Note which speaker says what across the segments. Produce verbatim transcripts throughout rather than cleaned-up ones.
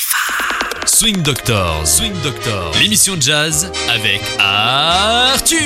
Speaker 1: Swing Doctor, Swing Doctor, l'émission de jazz avec Arthur.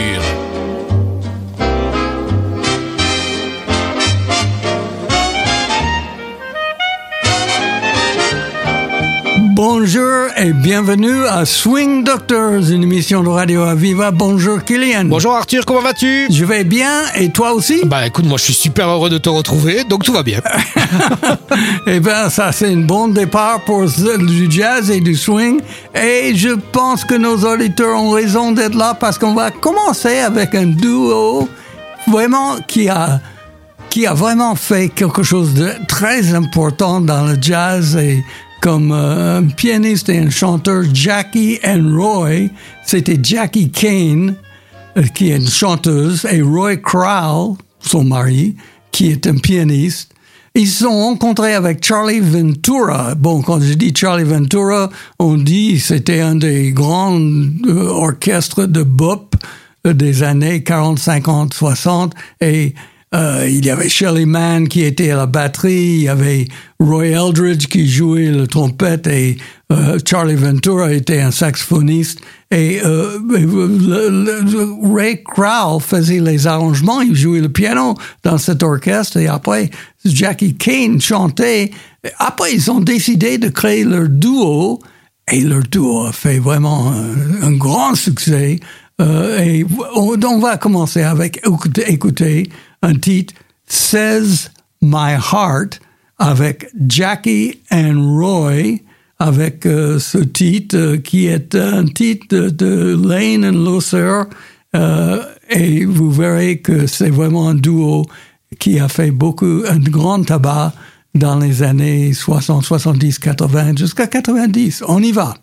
Speaker 2: Bonjour et bienvenue à Swing Doctors, une émission de radio à Viva. Bonjour Kylian.
Speaker 3: Bonjour Arthur, comment vas-tu?
Speaker 2: Je vais bien, et toi aussi?
Speaker 3: Bah écoute, moi je suis super heureux de te retrouver, donc tout va bien.
Speaker 2: Eh bien, ça c'est un bon départ pour du jazz et du swing, et je pense que nos auditeurs ont raison d'être là parce qu'on va commencer avec un duo vraiment qui a, qui a vraiment fait quelque chose de très important dans le jazz et comme euh, un pianiste et un chanteur, Jackie and Roy. C'était Jackie Kane, euh, qui est une chanteuse, et Roy Crowell, son mari, qui est un pianiste. Ils se sont rencontrés avec Charlie Ventura. Bon, quand je dis Charlie Ventura, on dit c'était un des grands euh, orchestres de bop euh, des années quarante, cinquante, soixante, et Euh, il y avait Shelly Manne qui était à la batterie, il y avait Roy Eldridge qui jouait la trompette et euh, Charlie Ventura était un saxophoniste et euh, le, le, le, Ray Crowell faisait les arrangements, il jouait le piano dans cet orchestre et après Jackie Kane chantait. Après ils ont décidé de créer leur duo et leur duo a fait vraiment un, un grand succès. Euh, et on, on va commencer avec écouter, écouter un titre, Says My Heart, avec Jackie and Roy, avec euh, ce titre euh, qui est un titre de, de Lane and Lucer, euh, et vous verrez que c'est vraiment un duo qui a fait beaucoup, un grand tabac dans les années soixante, soixante-dix, quatre-vingts, jusqu'à quatre-vingt-dix. On y va.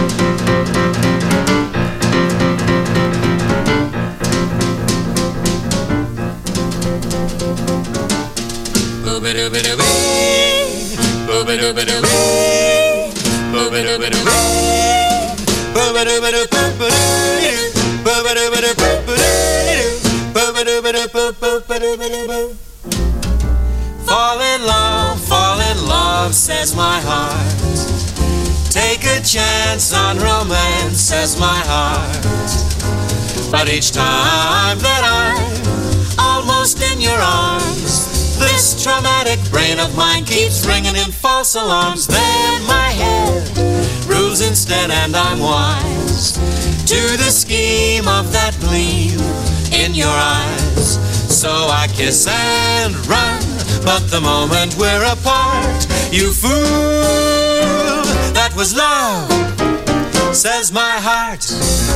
Speaker 4: Fall in love, fall in love, says my heart. Take a chance on romance, says my heart. But each time that I'm almost in your arms, this traumatic brain of mine keeps ringing in false alarms. Then my head rules instead and I'm wise to the scheme of that gleam in your eyes. So I kiss and run, but the moment we're apart, you fool, that was love, says my heart.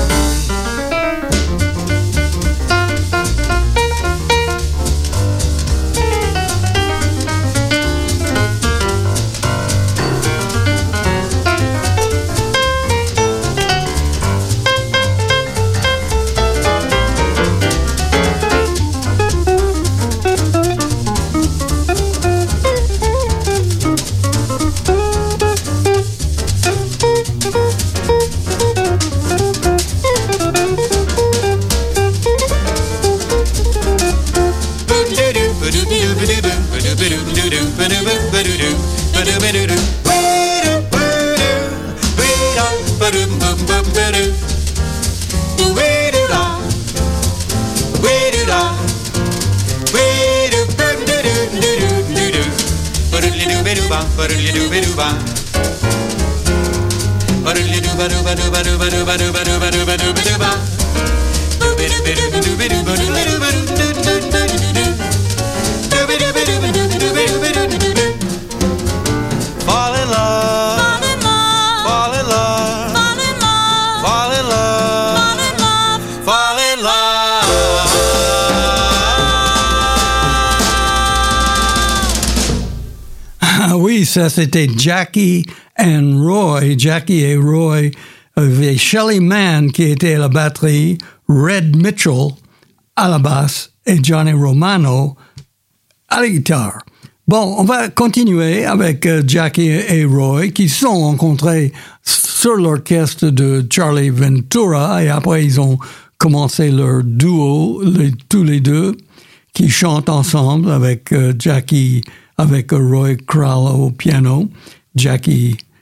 Speaker 2: Ça, c'était Jackie and Roy. Jackie et Roy avec Shelly Manne qui était à la batterie, Red Mitchell à la basse et Johnny Romano à la guitare. Bon, on va continuer avec uh, Jackie et Roy qui se sont rencontrés sur l'orchestre de Charlie Ventura et après ils ont commencé leur duo, les, tous les deux, qui chantent ensemble avec uh, Jackie, avec uh, Roy Crowell au piano, Jackie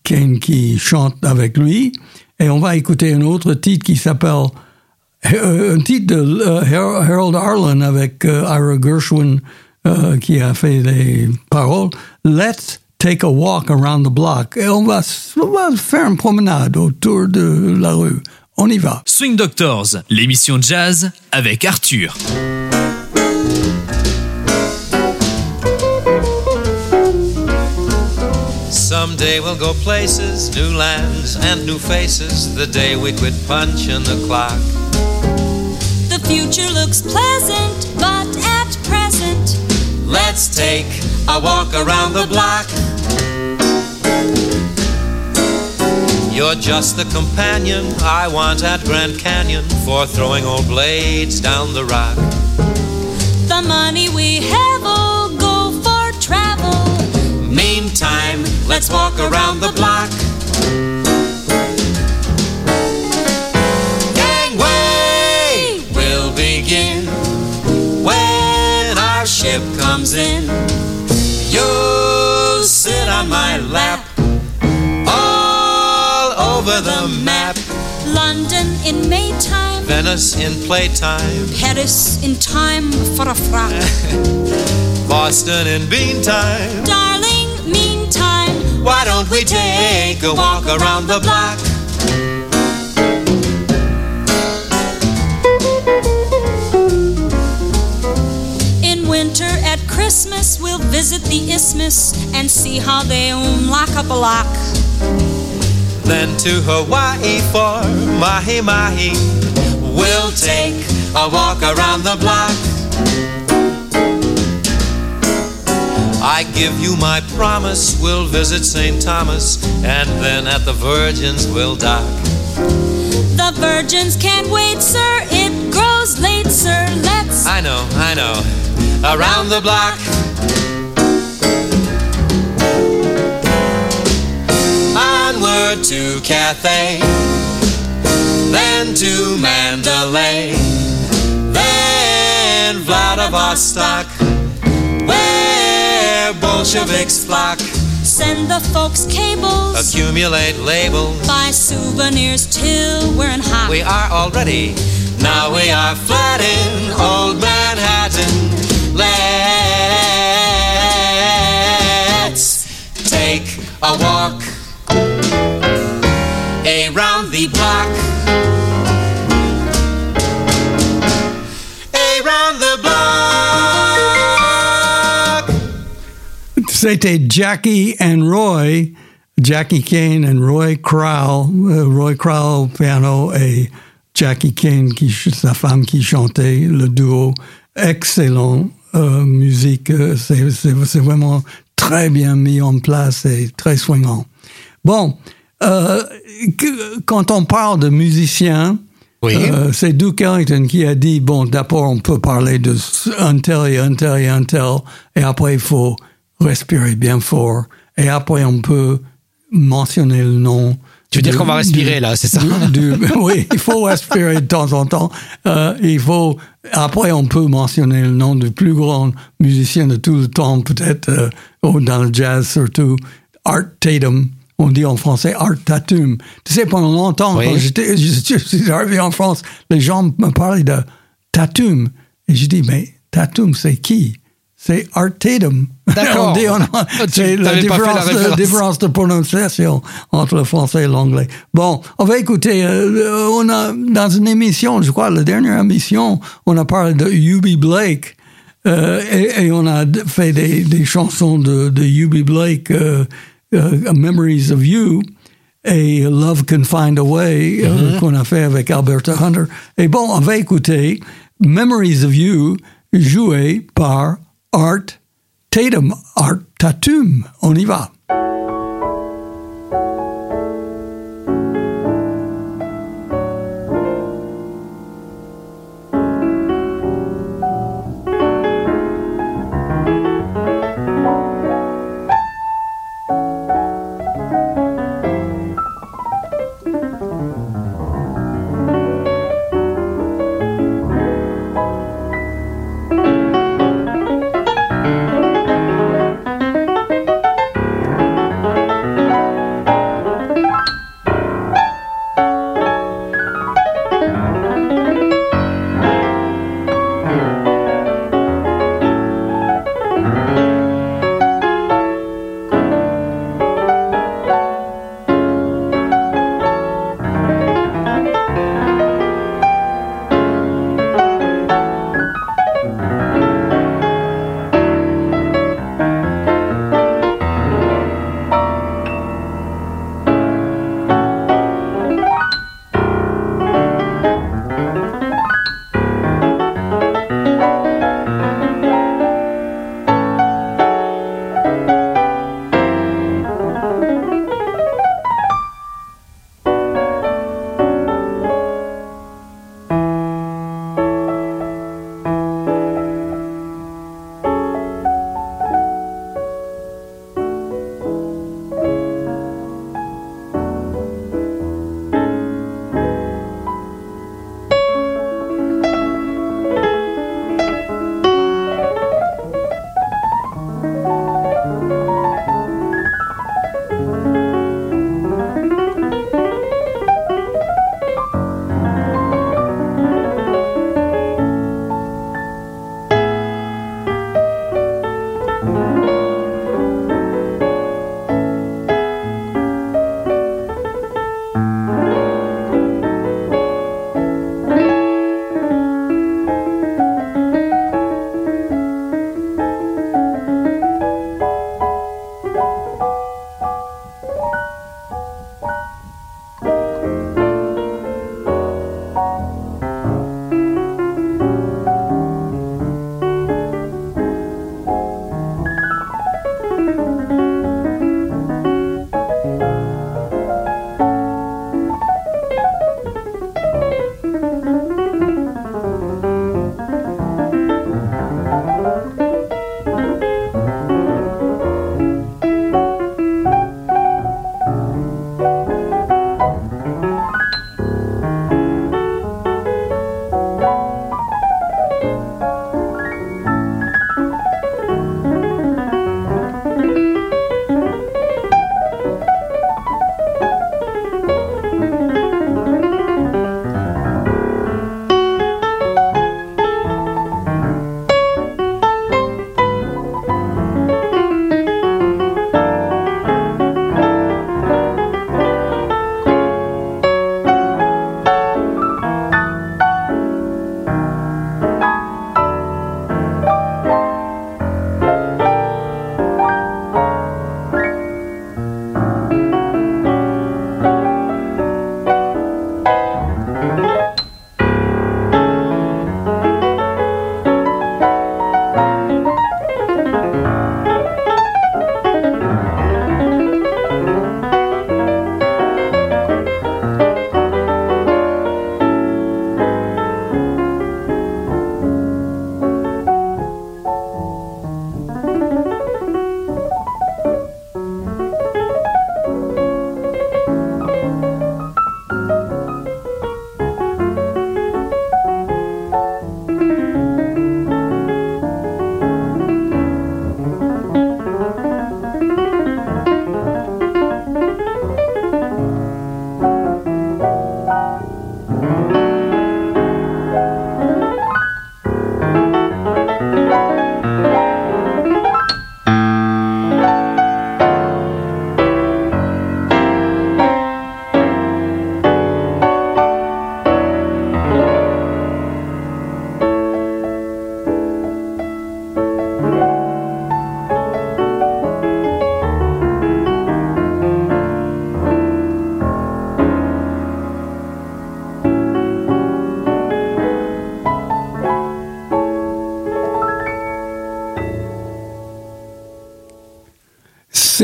Speaker 2: Kane qui chante avec lui. Et on va écouter un autre titre qui s'appelle, euh, un titre de euh, Harold Arlen avec euh, Ira Gershwin euh, qui a fait les paroles. Let's take a walk around the block. Et on va, on va faire une promenade autour de la rue. On y va.
Speaker 1: Swing Doctors, l'émission jazz avec Arthur.
Speaker 4: Someday we'll go places, new lands and new faces, the day we quit punching the clock.
Speaker 5: The future looks pleasant, but at present,
Speaker 4: let's take a walk around the block. You're just the companion I want at Grand Canyon for throwing old blades down the rock.
Speaker 5: the money we have will go for travel.
Speaker 4: Meantime, let's walk around the block. Gangway will begin when our ship comes in. You'll sit on my lap all over the map.
Speaker 5: London in Maytime,
Speaker 4: Venice in playtime,
Speaker 5: Paris in time for a frock.
Speaker 4: Boston in beantime.
Speaker 5: Darling, meantime,
Speaker 4: Why don't we take a walk around the block?
Speaker 5: in winter at Christmas we'll visit the Isthmus and see how they um, lock up a lock.
Speaker 4: Then to Hawaii for mahi mahi. We'll take a walk around the block. I give you my promise, we'll visit Saint Thomas, and then at the Virgins we'll dock.
Speaker 5: The virgins can't wait, sir, it grows late, sir, let's...
Speaker 4: I know, I know, around the block. Onward to Cathay, then to Mandalay, then Vladivostok, where Bolsheviks flock.
Speaker 5: Send the folks cables,
Speaker 4: Accumulate labels.
Speaker 5: buy souvenirs till we're in hot.
Speaker 4: We are already, now we are flat in old Manhattan. Let's take a walk around the block. Around the block.
Speaker 2: C'était Jackie and Roy, Jackie Kane and Roy Crowell, euh, Roy Crowell au piano et Jackie Kane, qui, sa femme qui chantait, le duo. Excellent euh, musique, c'est, c'est, c'est vraiment très bien mis en place et très swingant. Bon, euh, que, quand on parle de musiciens,
Speaker 3: Oui.
Speaker 2: euh, c'est Duke Ellington qui a dit, bon, d'abord on peut parler de un tel et un tel et un tel, et après il faut respirer bien fort, et après on peut mentionner le nom.
Speaker 3: Tu veux dire
Speaker 2: du-
Speaker 3: qu'on va respirer,
Speaker 2: du-
Speaker 3: là, c'est ça?
Speaker 2: du- du- Oui, il faut respirer de temps en temps. Euh, il faut, après on peut mentionner le nom du plus grand musicien de tout le temps, peut-être, euh, ou dans le jazz surtout, Art Tatum. On dit en français Art Tatum. Tu sais, pendant longtemps,
Speaker 3: Oui.
Speaker 2: quand j'étais, je, je suis arrivé en France, les gens me parlaient de Tatum. Et je dis, mais Tatum, c'est qui? C'est Art Tatum.
Speaker 3: D'accord.
Speaker 2: On dit, on-
Speaker 3: Tu
Speaker 2: c'est la
Speaker 3: t'avais pas fait la
Speaker 2: différence, de,
Speaker 3: référence.
Speaker 2: différence de prononciation entre le français et l'anglais. Bon, on va écouter, euh, on a, dans une émission, je crois, la dernière émission, on a parlé de U B Blake. Euh, et, et on a fait des, des chansons de, de U B Blake, euh, euh, Memories of You et Love Can Find a Way, euh,
Speaker 3: Mm-hmm.
Speaker 2: qu'on a fait avec Alberta Hunter. Et bon, on va écouter Memories of You joué par Art Tatum, Art Tatum. On y va.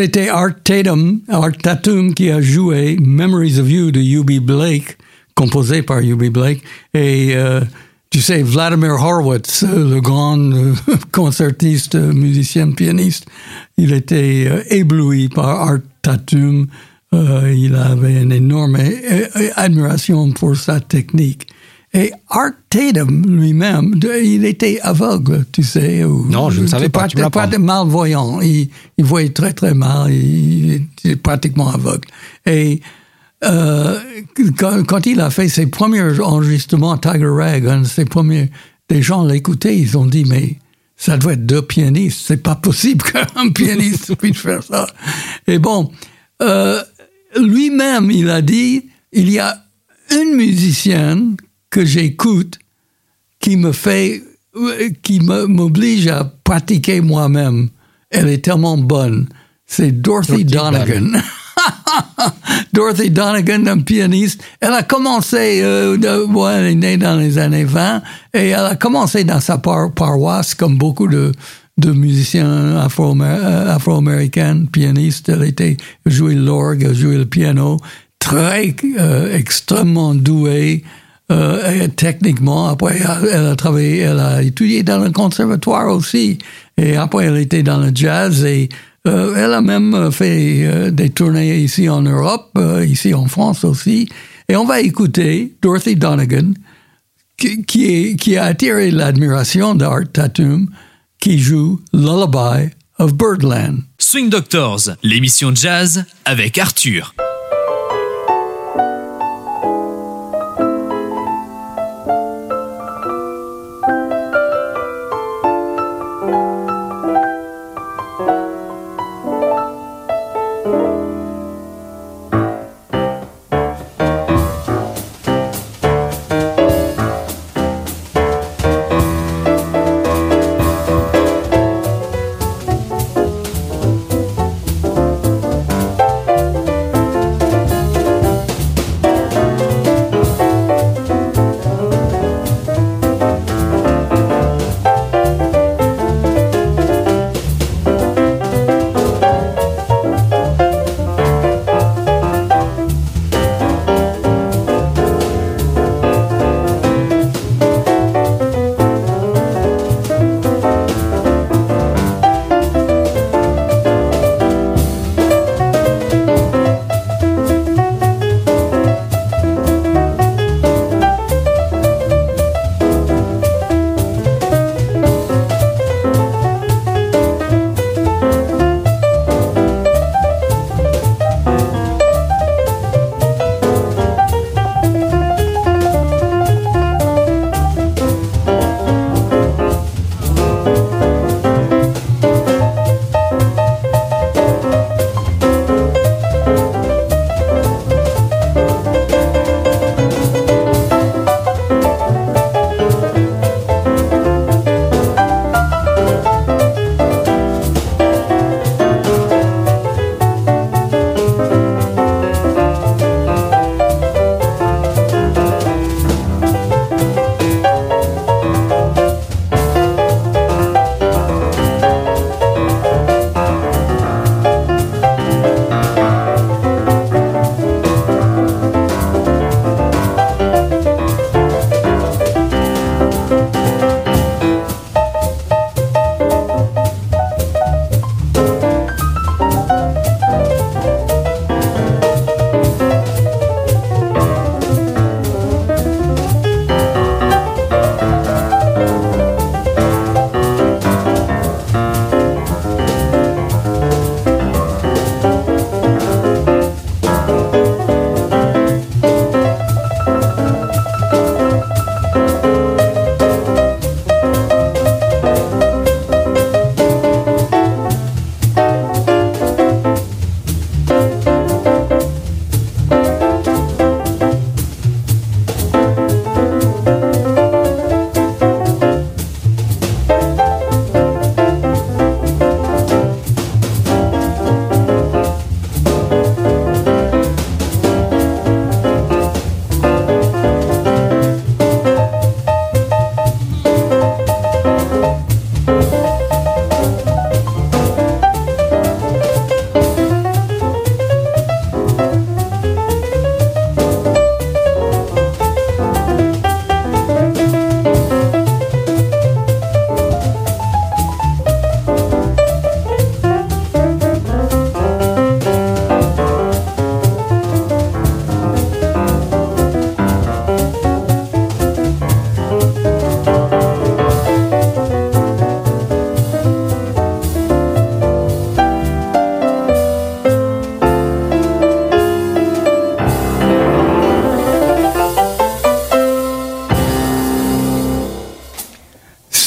Speaker 2: c'était Art Tatum, Art Tatum qui a joué Memories of You de U B Blake, composé par U B Blake, et euh, tu sais, Vladimir Horowitz, le grand euh, concertiste, musicien, pianiste, il était euh, ébloui par Art Tatum. Euh, il avait une énorme euh, admiration pour sa technique. Et Art Tatum lui-même, il était aveugle, tu sais. Ou,
Speaker 3: non, je ne savais pas.
Speaker 2: Pas,
Speaker 3: tu me
Speaker 2: pas de malvoyant. Il, il voyait très très mal. Il, il était pratiquement aveugle. Et Euh, quand, quand il a fait ses premiers enregistrements Tiger Rag, hein, ses premiers, des gens l'écoutaient, ils ont dit, mais ça doit être deux pianistes, c'est pas possible qu'un pianiste puisse faire ça. Et bon, euh, lui-même, il a dit, il y a une musicienne que j'écoute qui me fait, qui me, m'oblige à pratiquer moi-même. Elle est tellement bonne. C'est Dorothy, Dorothy Donegan. Dorothy Donegan, un pianiste, elle a commencé, euh, de, bon, elle est née dans les années vingt, et elle a commencé dans sa par- paroisse, comme beaucoup de, de musiciens afro-américains, afro-américains, pianistes. Elle était jouée l'orgue, elle jouait le piano, très, euh, extrêmement douée, euh, techniquement. Après, elle a travaillé, elle a étudié dans le conservatoire aussi, et après, elle était dans le jazz, et Euh, elle a même fait euh, des tournées ici en Europe, euh, ici en France aussi. Et on va écouter Dorothy Donegan, qui, qui, est, qui a attiré l'admiration d'Art Tatum, qui joue Lullaby of Birdland.
Speaker 1: Swing Doctors, l'émission jazz avec Arthur.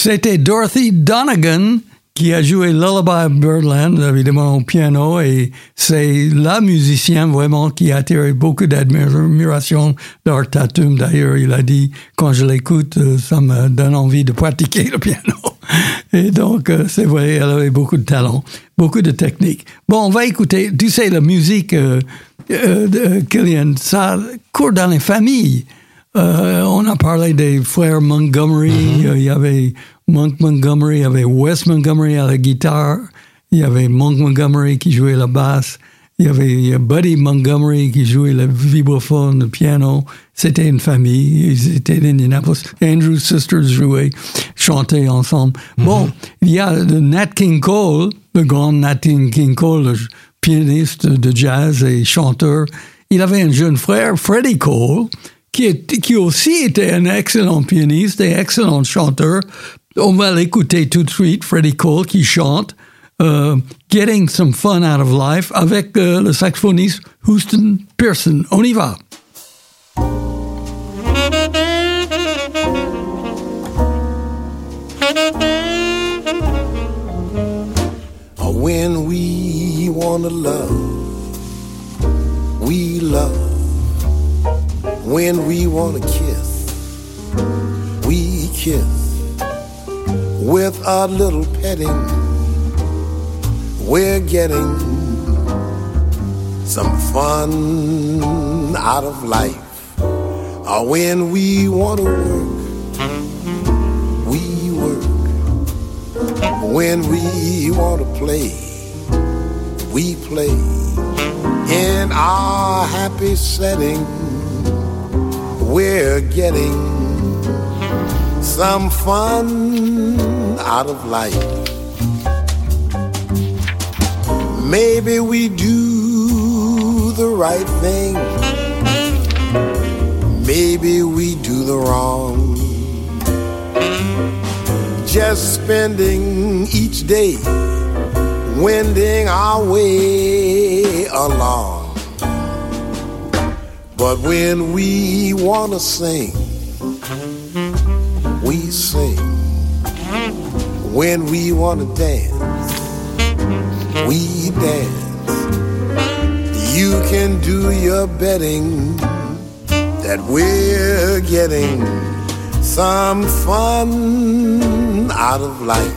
Speaker 2: c'était Dorothy Donegan qui a joué Lullaby Birdland, évidemment au piano, et c'est la musicienne vraiment qui a attiré beaucoup d'admiration d'Art Tatum. D'ailleurs, il a dit, quand je l'écoute, ça me donne envie de pratiquer le piano. Et donc, c'est vrai, elle avait beaucoup de talent, beaucoup de technique. Bon, on va écouter, tu sais, la musique, euh, euh, de Killian, ça court dans les familles. Euh, on a parlé des frères Montgomery, mm-hmm. euh, il y avait Monk Montgomery, il y avait Wes Montgomery à la guitare, il y avait Monk Montgomery qui jouait la basse, il y avait Buddy Montgomery qui jouait le vibraphone, le piano. C'était une famille, ils étaient d'Indianapolis. Andrew Sisters jouaient, chantaient ensemble. Mm-hmm. Bon, il y a le Nat King Cole, le grand Nat King Cole, le pianiste de jazz et chanteur. Il avait un jeune frère, Freddie Cole, qui, est, qui aussi était un excellent pianiste et excellent chanteur. On va l'écouter tout de suite, Freddie Cole qui chante uh, Getting Some Fun Out of Life avec uh, le saxophoniste Houston Pearson. On y va.
Speaker 6: When we want to love, we love. When we want to kiss, we kiss. With a little petting, we're getting some fun out of life. Or when we want to work, we work. When we want to play, we play. In our happy setting, we're getting some fun out of life. Maybe we do the right thing, maybe we do the wrong. Just spending each day wending our way along. But when we want to sing, we sing. When we want to dance, we dance. You can do your betting that we're getting some fun out of life.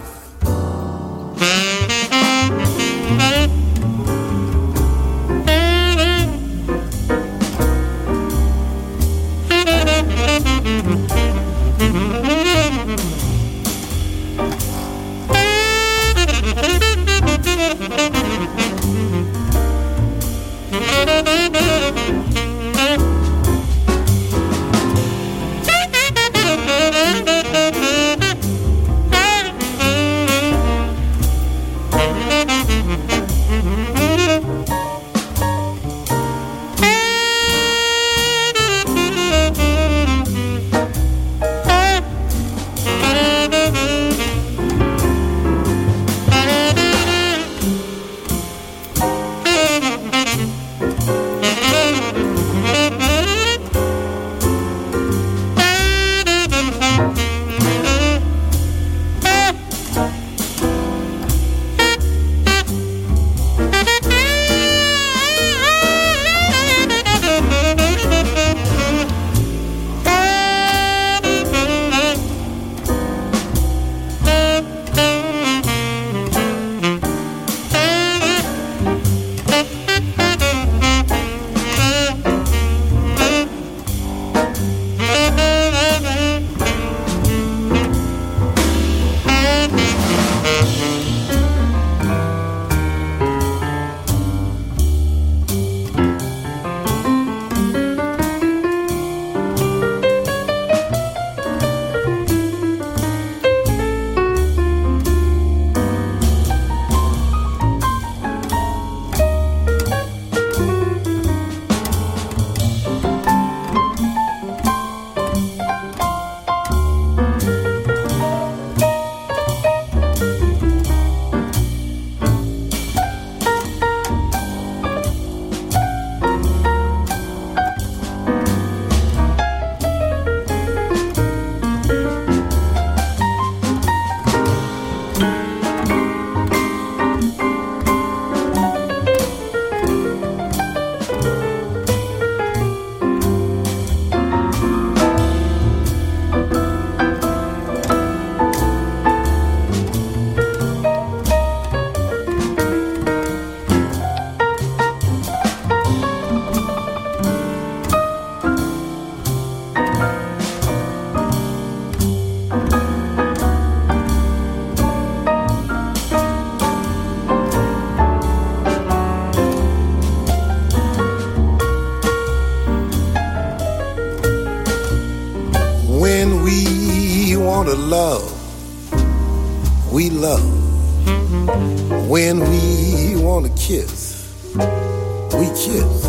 Speaker 6: want to love, we love. When we want to kiss, we kiss.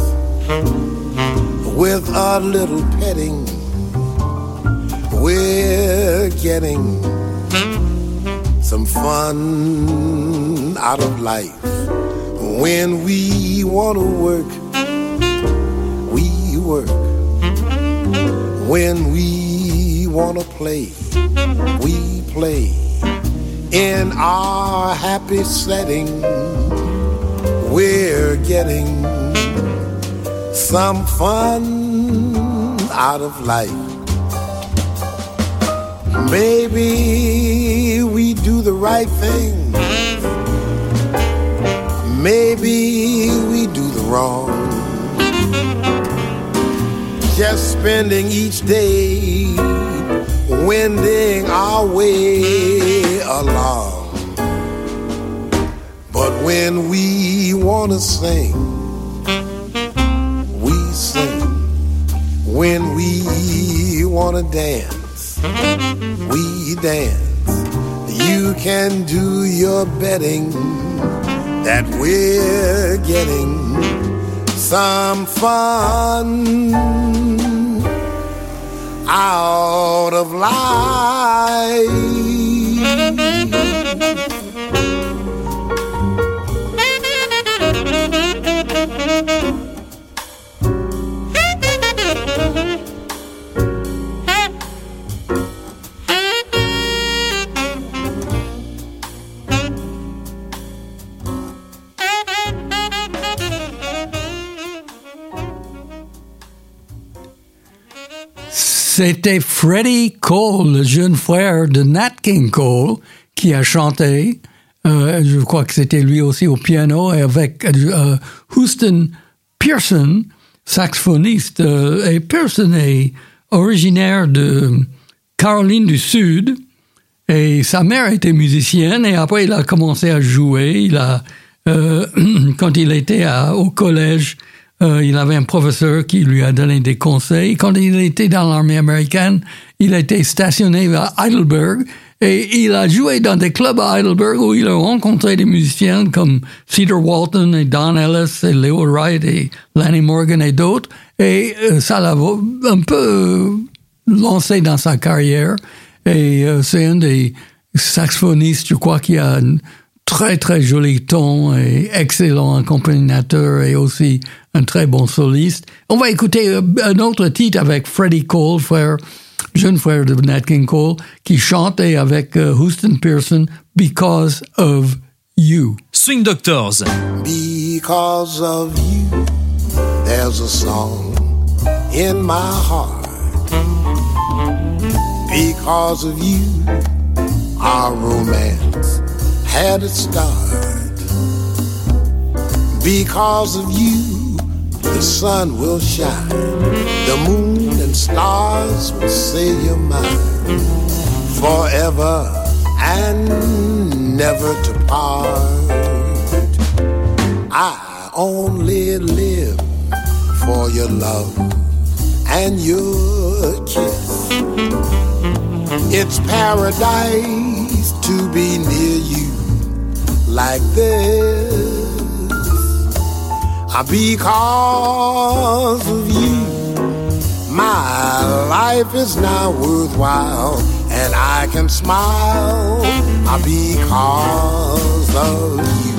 Speaker 6: With a little petting, we're getting some fun out of life. When we want to work, we work. When we want to play, we play. In our happy setting, we're getting some fun out of life. Maybe we do the right thing, maybe we do the wrong. Just spending each day wending our way along. But when we want to sing, we sing. When we want to dance, we dance. You can do your betting that we're getting some fun out of life.
Speaker 2: C'était Freddie Cole, le jeune frère de Nat King Cole, qui a chanté. Euh, je crois que c'était lui aussi au piano, et avec euh, Houston Pearson, saxophoniste. Euh, et Pearson est originaire de Caroline du Sud, et sa mère était musicienne, et après il a commencé à jouer. Il a, euh, quand il était à, au collège, Euh, il avait un professeur qui lui a donné des conseils. Quand il était dans l'armée américaine, il a été stationné à Heidelberg et il a joué dans des clubs à Heidelberg où il a rencontré des musiciens comme Cedar Walton et Don Ellis et Leo Wright et Lanny Morgan et d'autres. Et euh, ça l'a un peu euh, lancé dans sa carrière. Et euh, c'est un des saxophonistes, je crois, qui a un très très joli ton et excellent accompagnateur et aussi un très bon soliste. On va écouter un autre titre avec Freddie Cole, frère, jeune frère de Nat King Cole, qui chantait avec uh, Houston Pearson, Because of You.
Speaker 1: Swing Doctors.
Speaker 6: Because of you, there's a song in my heart. Because of you, our romance had its start. Because of you, the sun will shine, the moon and stars will say you're mine, forever and never to part. I only live for your love and your kiss. It's paradise to be near you like this. Because of you, my life is now worthwhile, and I can smile because of you.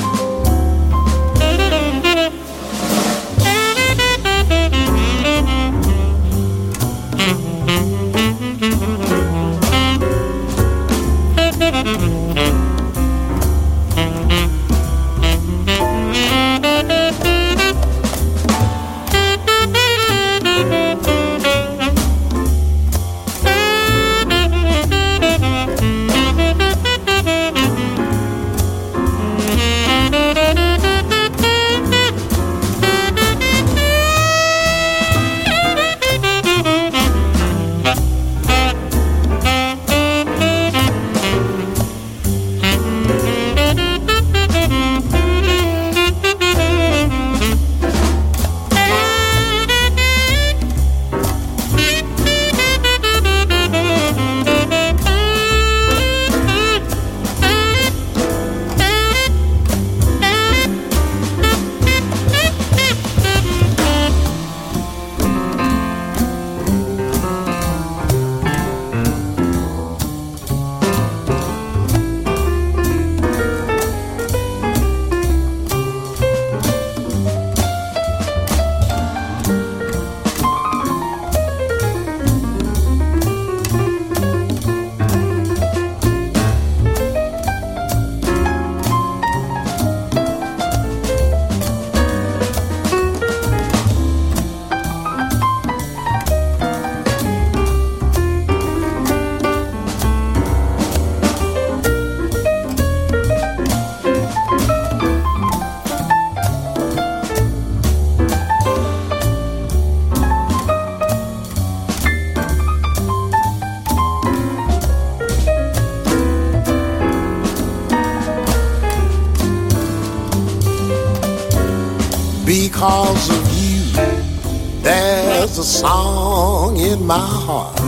Speaker 6: there's a song in my heart.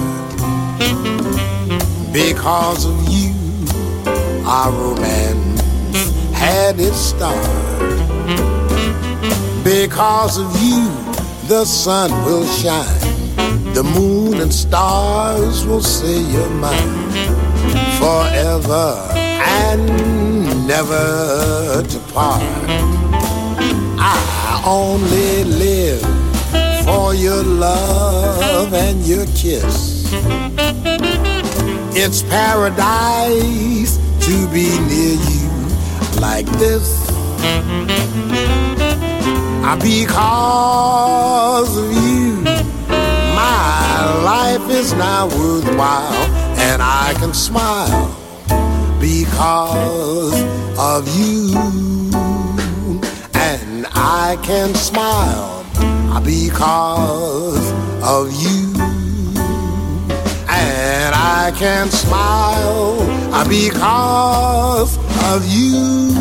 Speaker 6: Because of you, our romance had its start. Because of you, the sun will shine. The moon and stars will say you're mine. Forever and never to part. I only live for your love and your kiss. It's paradise to be near you like this. Because of you, my life is now worthwhile, and I can smile because of you. And I can smile because of you. And I can smile because of you.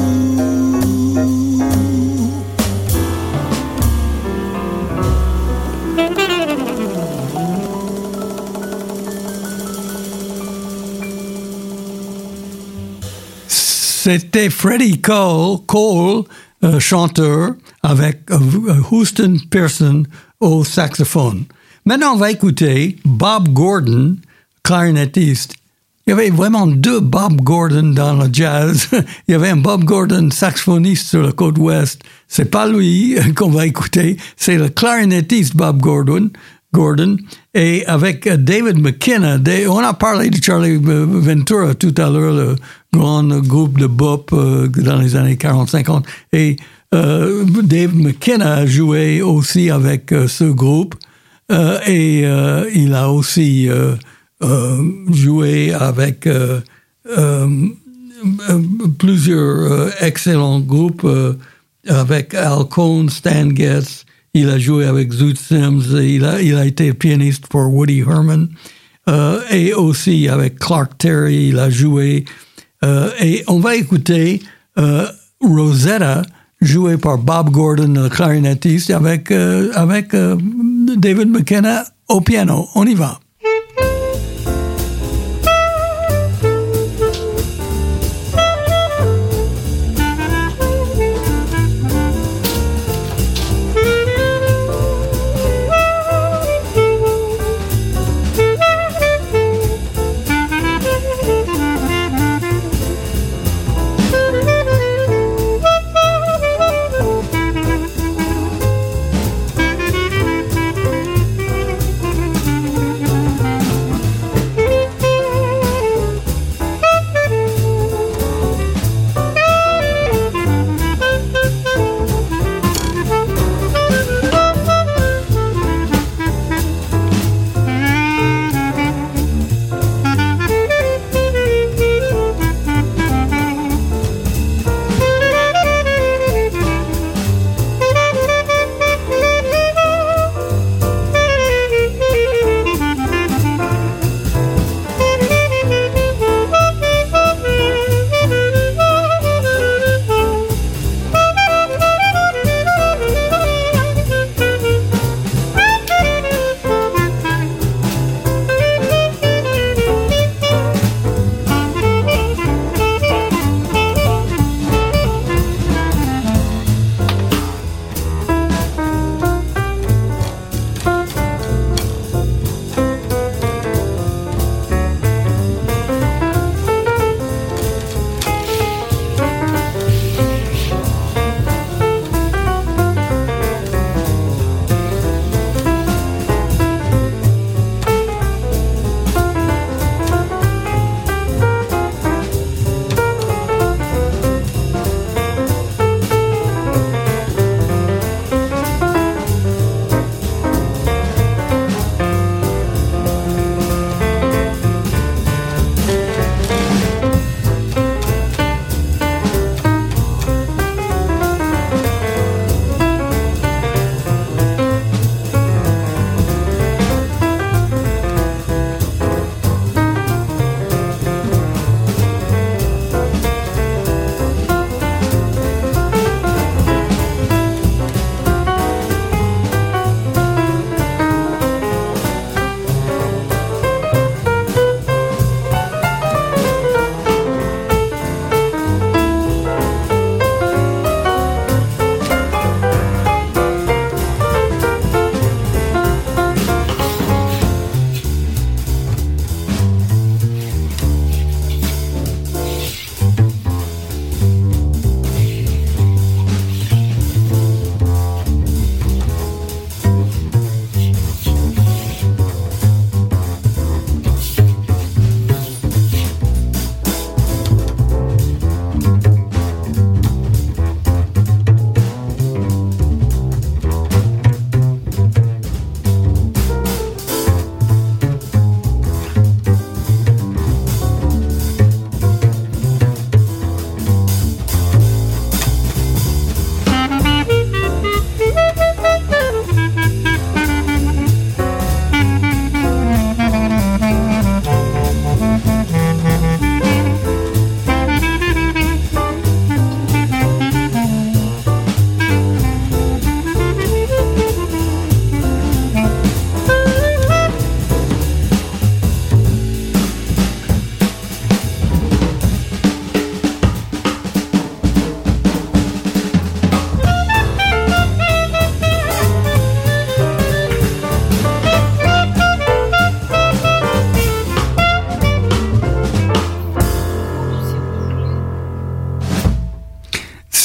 Speaker 2: C'était Freddie Cole, Cole euh, chanteur, avec euh, Houston Pearson au saxophone. Maintenant, on va écouter Bob Gordon, clarinettiste. Il y avait vraiment deux Bob Gordon dans le jazz. Il y avait un Bob Gordon saxophoniste sur la côte ouest. C'est pas lui qu'on va écouter, c'est le clarinettiste Bob Gordon. Gordon, et avec David McKenna. On a parlé de Charlie Ventura tout à l'heure, le grand groupe de bop euh, dans les années quarante cinquante. Et euh, Dave McKenna a joué aussi avec euh, ce groupe. Euh, et euh, il a aussi euh, euh, joué avec euh, euh, plusieurs euh, excellents groupes, euh, avec Al Cohn, Stan Getz. Il a joué avec Zoot Sims, il a, il a été pianiste pour Woody Herman, euh, et aussi avec Clark Terry, il a joué. Euh, et on va écouter euh, Rosetta, jouée par Bob Gordon, le clarinettiste, avec, euh, avec euh, David McKenna au piano. On y va.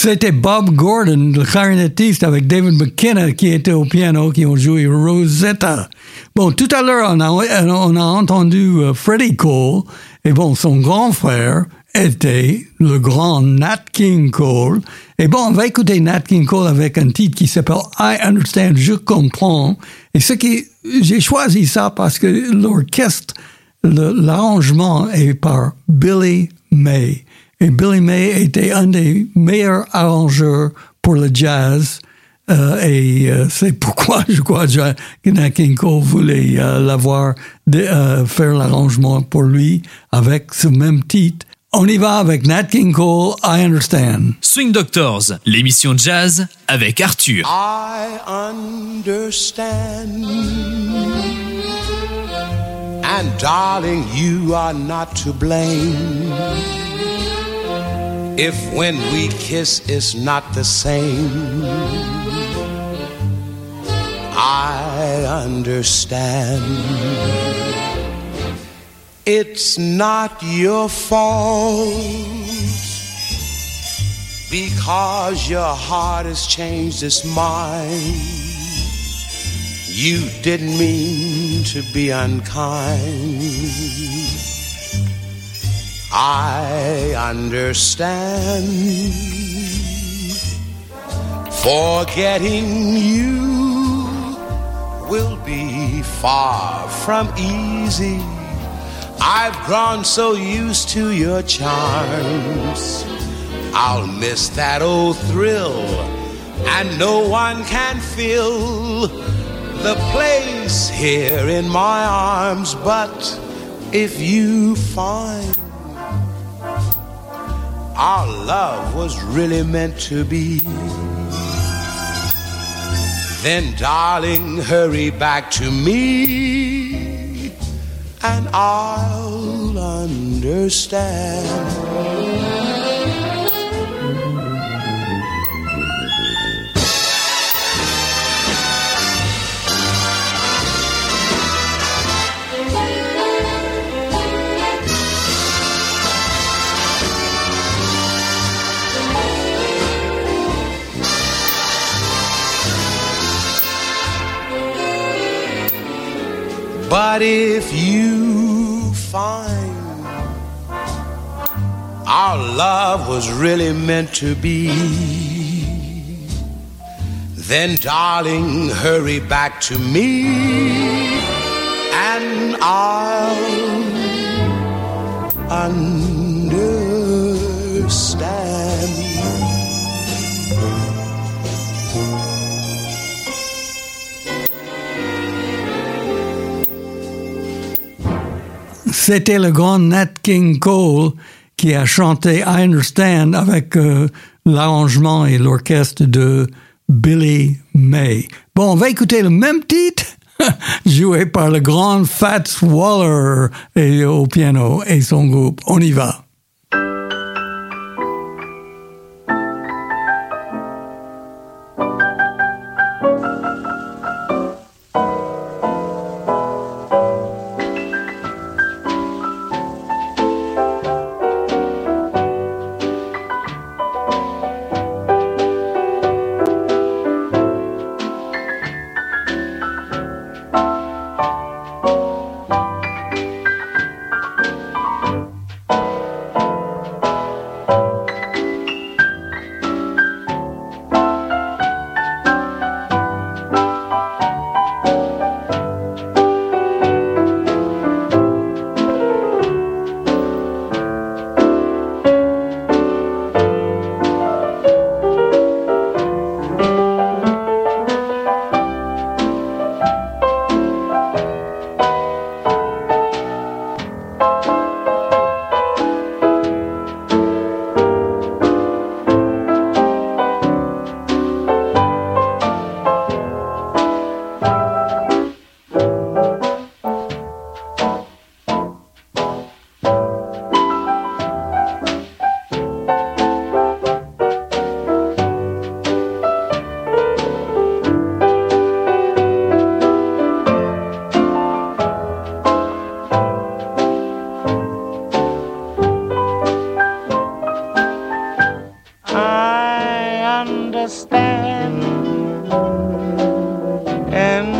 Speaker 2: C'était Bob Gordon, le clarinettiste, avec David McKenna qui était au piano, qui ont joué Rosetta. Bon, tout à l'heure, on a, on a entendu uh, Freddie Cole, et bon, son grand frère était le grand Nat King Cole. Et bon, on va écouter Nat King Cole avec un titre qui s'appelle I Understand, je comprends. Et ce qui, j'ai choisi ça parce que l'orchestre, le, l'arrangement est par Billy May. Et Billy May était un des meilleurs arrangeurs pour le jazz. Euh, et euh, c'est pourquoi je crois que Nat King Cole voulait euh, l'avoir, de, euh, faire l'arrangement pour lui avec ce même titre. On y va avec Nat King Cole, I Understand.
Speaker 1: Swing Doctors, l'émission jazz avec Arthur.
Speaker 6: I understand. And darling, you are not to blame if when we kiss it's not the same. I understand. It's not your fault because your heart has changed its mind. You didn't mean to be unkind. I understand. Forgetting you will be far from easy. I've grown so used to your charms. I'll miss that old thrill, and no one can fill the place here in my arms. But if you find our love was really meant to be, then darling, hurry back to me and I'll understand. But if you find our love was really meant to be, then darling, hurry back to me and I'll understand.
Speaker 2: C'était le grand Nat King Cole qui a chanté I Understand avec euh, l'arrangement et l'orchestre de Billy May. Bon, on va écouter le même titre joué par le grand Fats Waller et, au piano et son groupe. On y va.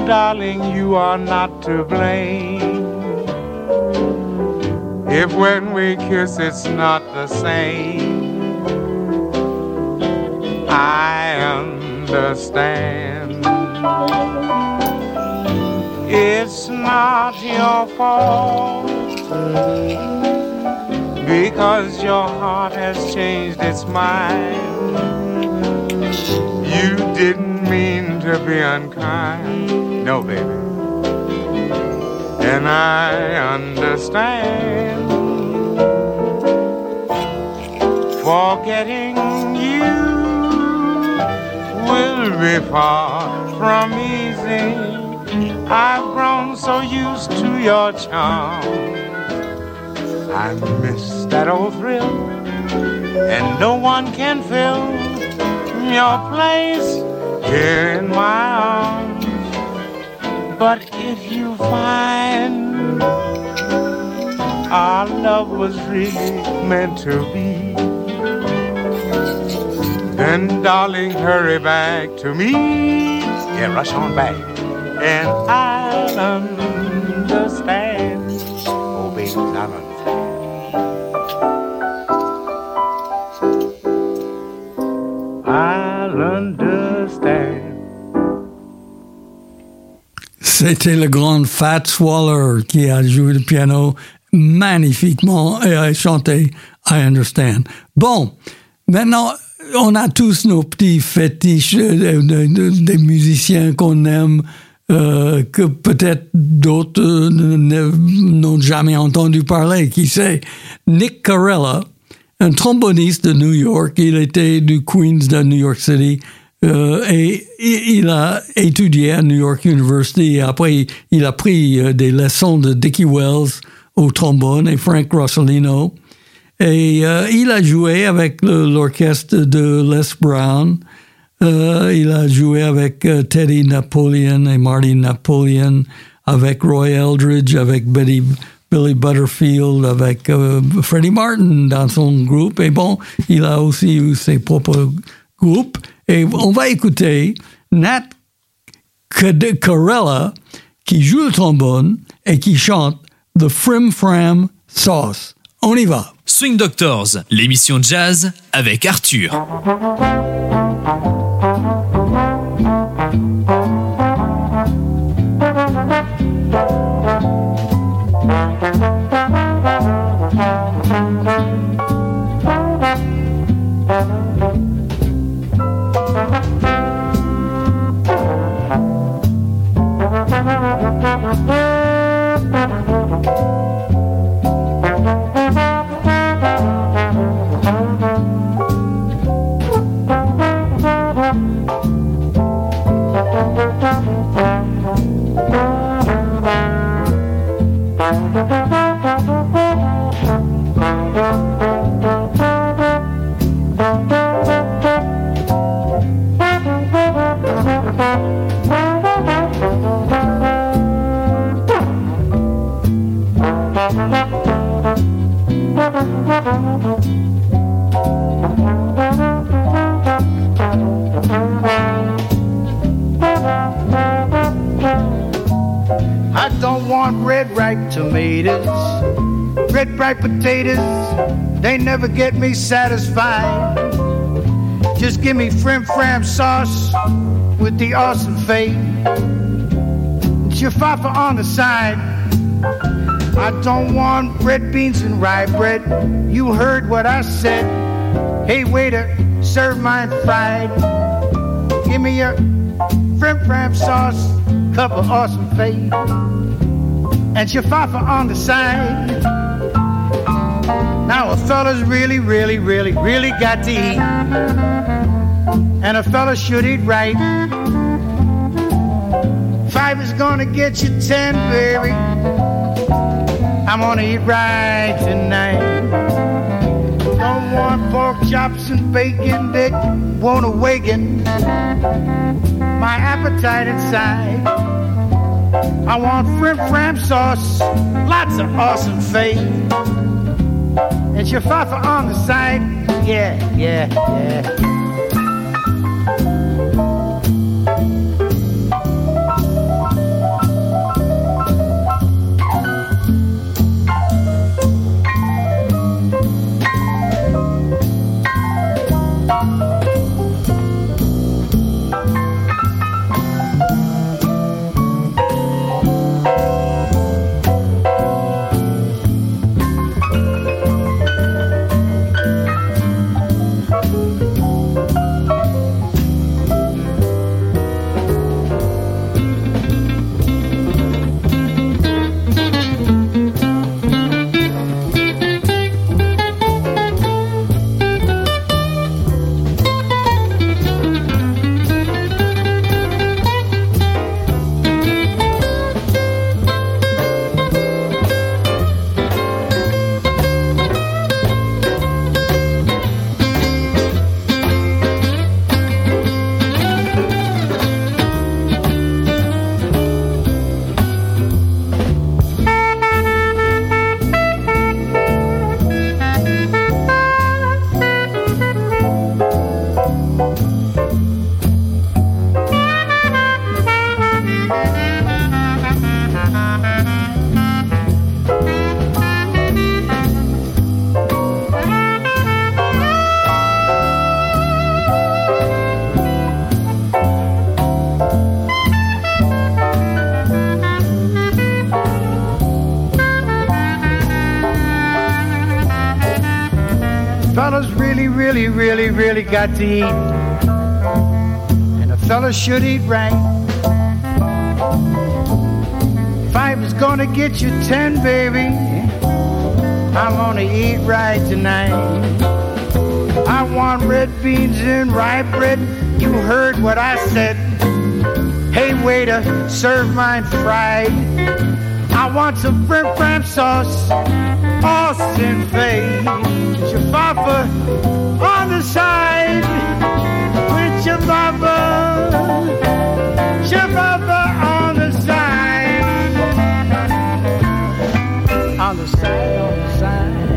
Speaker 7: darling, you are not to blame. If when we kiss it's not the same, I understand. It's not your fault, because your heart has changed its mind. You didn't mean to be unkind, no baby, and I understand. Forgetting you will be far from easy. I've grown so used to your charm. I miss that old thrill, and no one can fill your place here in my arms. But if you find our love was really meant to be, then darling, hurry back to me. Yeah, rush on back, and I'll understand. Oh, baby, I'll understand. I'll understand.
Speaker 2: C'était le grand Fats Waller qui a joué le piano magnifiquement et a chanté I Understand. Bon, maintenant, on a tous nos petits fétiches euh, de, de, des musiciens qu'on aime, euh, que peut-être d'autres euh, n'ont jamais entendu parler. Qui sait? Nick Carella, un tromboniste de New York, il était du Queens de New York City, euh, et il a étudié à New York University. Et après, il a pris euh, des leçons de Dickie Wells au trombone et Frank Rossellino. Et euh, il a joué avec le, l'orchestre de Les Brown. Euh, il a joué avec euh, Teddy Napoleon et Marty Napoleon, avec Roy Eldridge, avec Betty, Billy Butterfield, avec euh, Freddie Martin dans son groupe. Et bon, il a aussi eu ses propres groupes. Et on va écouter Nat Carella qui joue le trombone et qui chante The Frim Fram Sauce. On y va.
Speaker 1: Swing Doctors, l'émission jazz avec Arthur.
Speaker 7: I don't want red ripe tomatoes, red ripe potatoes, they never get me satisfied. Just give me frim fram sauce with the awesome fade, chifafa on the side. I don't want red beans and rye bread, you heard what I said. Hey waiter, serve mine fried. Give me your frim fram sauce, cup of awesome fade, and chifafa on the side. Now a fella's really, really, really, really got to eat, and a fella should eat right. Five is gonna get you ten, baby. I'm gonna eat right tonight. Don't want pork chops and bacon that won't awaken my appetite inside. I want frim fram sauce, lots of awesome fade, and chifafa on the side. Yeah, yeah, yeah. really, really, really, really got to eat. And a fella should eat right. If I was gonna get you ten, baby, I'm gonna eat right tonight. I want red beans and rye bread. You heard what I said. Hey, waiter, serve mine fried. I want some shrimp cram sauce, Austin Faye, Jaffa on the side, with Jaffa, Jaffa on the side, on the side, on the side,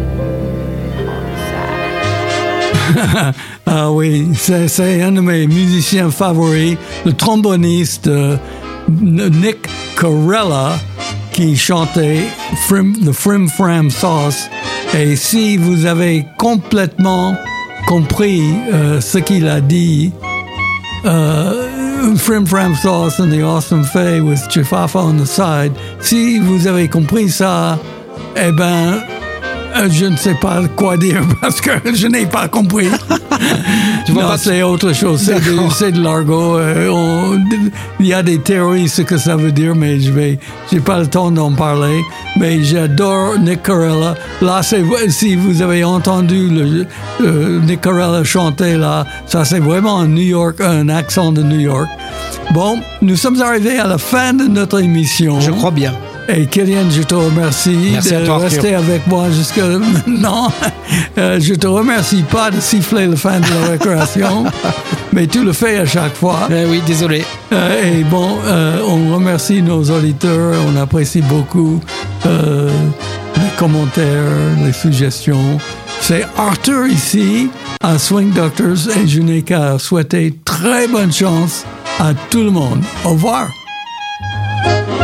Speaker 7: on the side.
Speaker 2: Ah oui, c'est, c'est un de mes musiciens favoris, le tromboniste euh, Nick Corella, qui chantait Frim, The Frim Fram Sauce. Et si vous avez complètement compris euh, ce qu'il a dit, euh, Frim Fram Sauce and the Awesome Faye with Chifafa on the side, si vous avez compris ça, eh ben, euh, je ne sais pas quoi dire parce que je n'ai pas compris.
Speaker 3: Tu vois
Speaker 2: non,
Speaker 3: pas
Speaker 2: c'est autre chose. C'est de, c'est de l'argot. Euh, on, il y a des théories ce que ça veut dire, mais je vais, j'ai pas le temps d'en parler. Mais j'adore Nick Corella. Là, c'est, si vous avez entendu le, euh, Nick Corella chanter là, ça c'est vraiment un New York, un accent de New York. Bon, nous sommes arrivés à la fin de notre émission.
Speaker 3: Je crois bien.
Speaker 2: Et Kylian, je te remercie
Speaker 3: Merci
Speaker 2: de
Speaker 3: à toi,
Speaker 2: rester
Speaker 3: Arthur.
Speaker 2: avec moi jusqu'à maintenant. Euh, je te remercie pas de siffler la fin de la récréation, mais tu le fais à chaque fois.
Speaker 3: Eh oui, désolé.
Speaker 2: Euh, et bon, euh, on remercie nos auditeurs, on apprécie beaucoup euh, les commentaires, les suggestions. C'est Arthur ici à Swing Doctors et je n'ai qu'à souhaiter très bonne chance à tout le monde. Au revoir.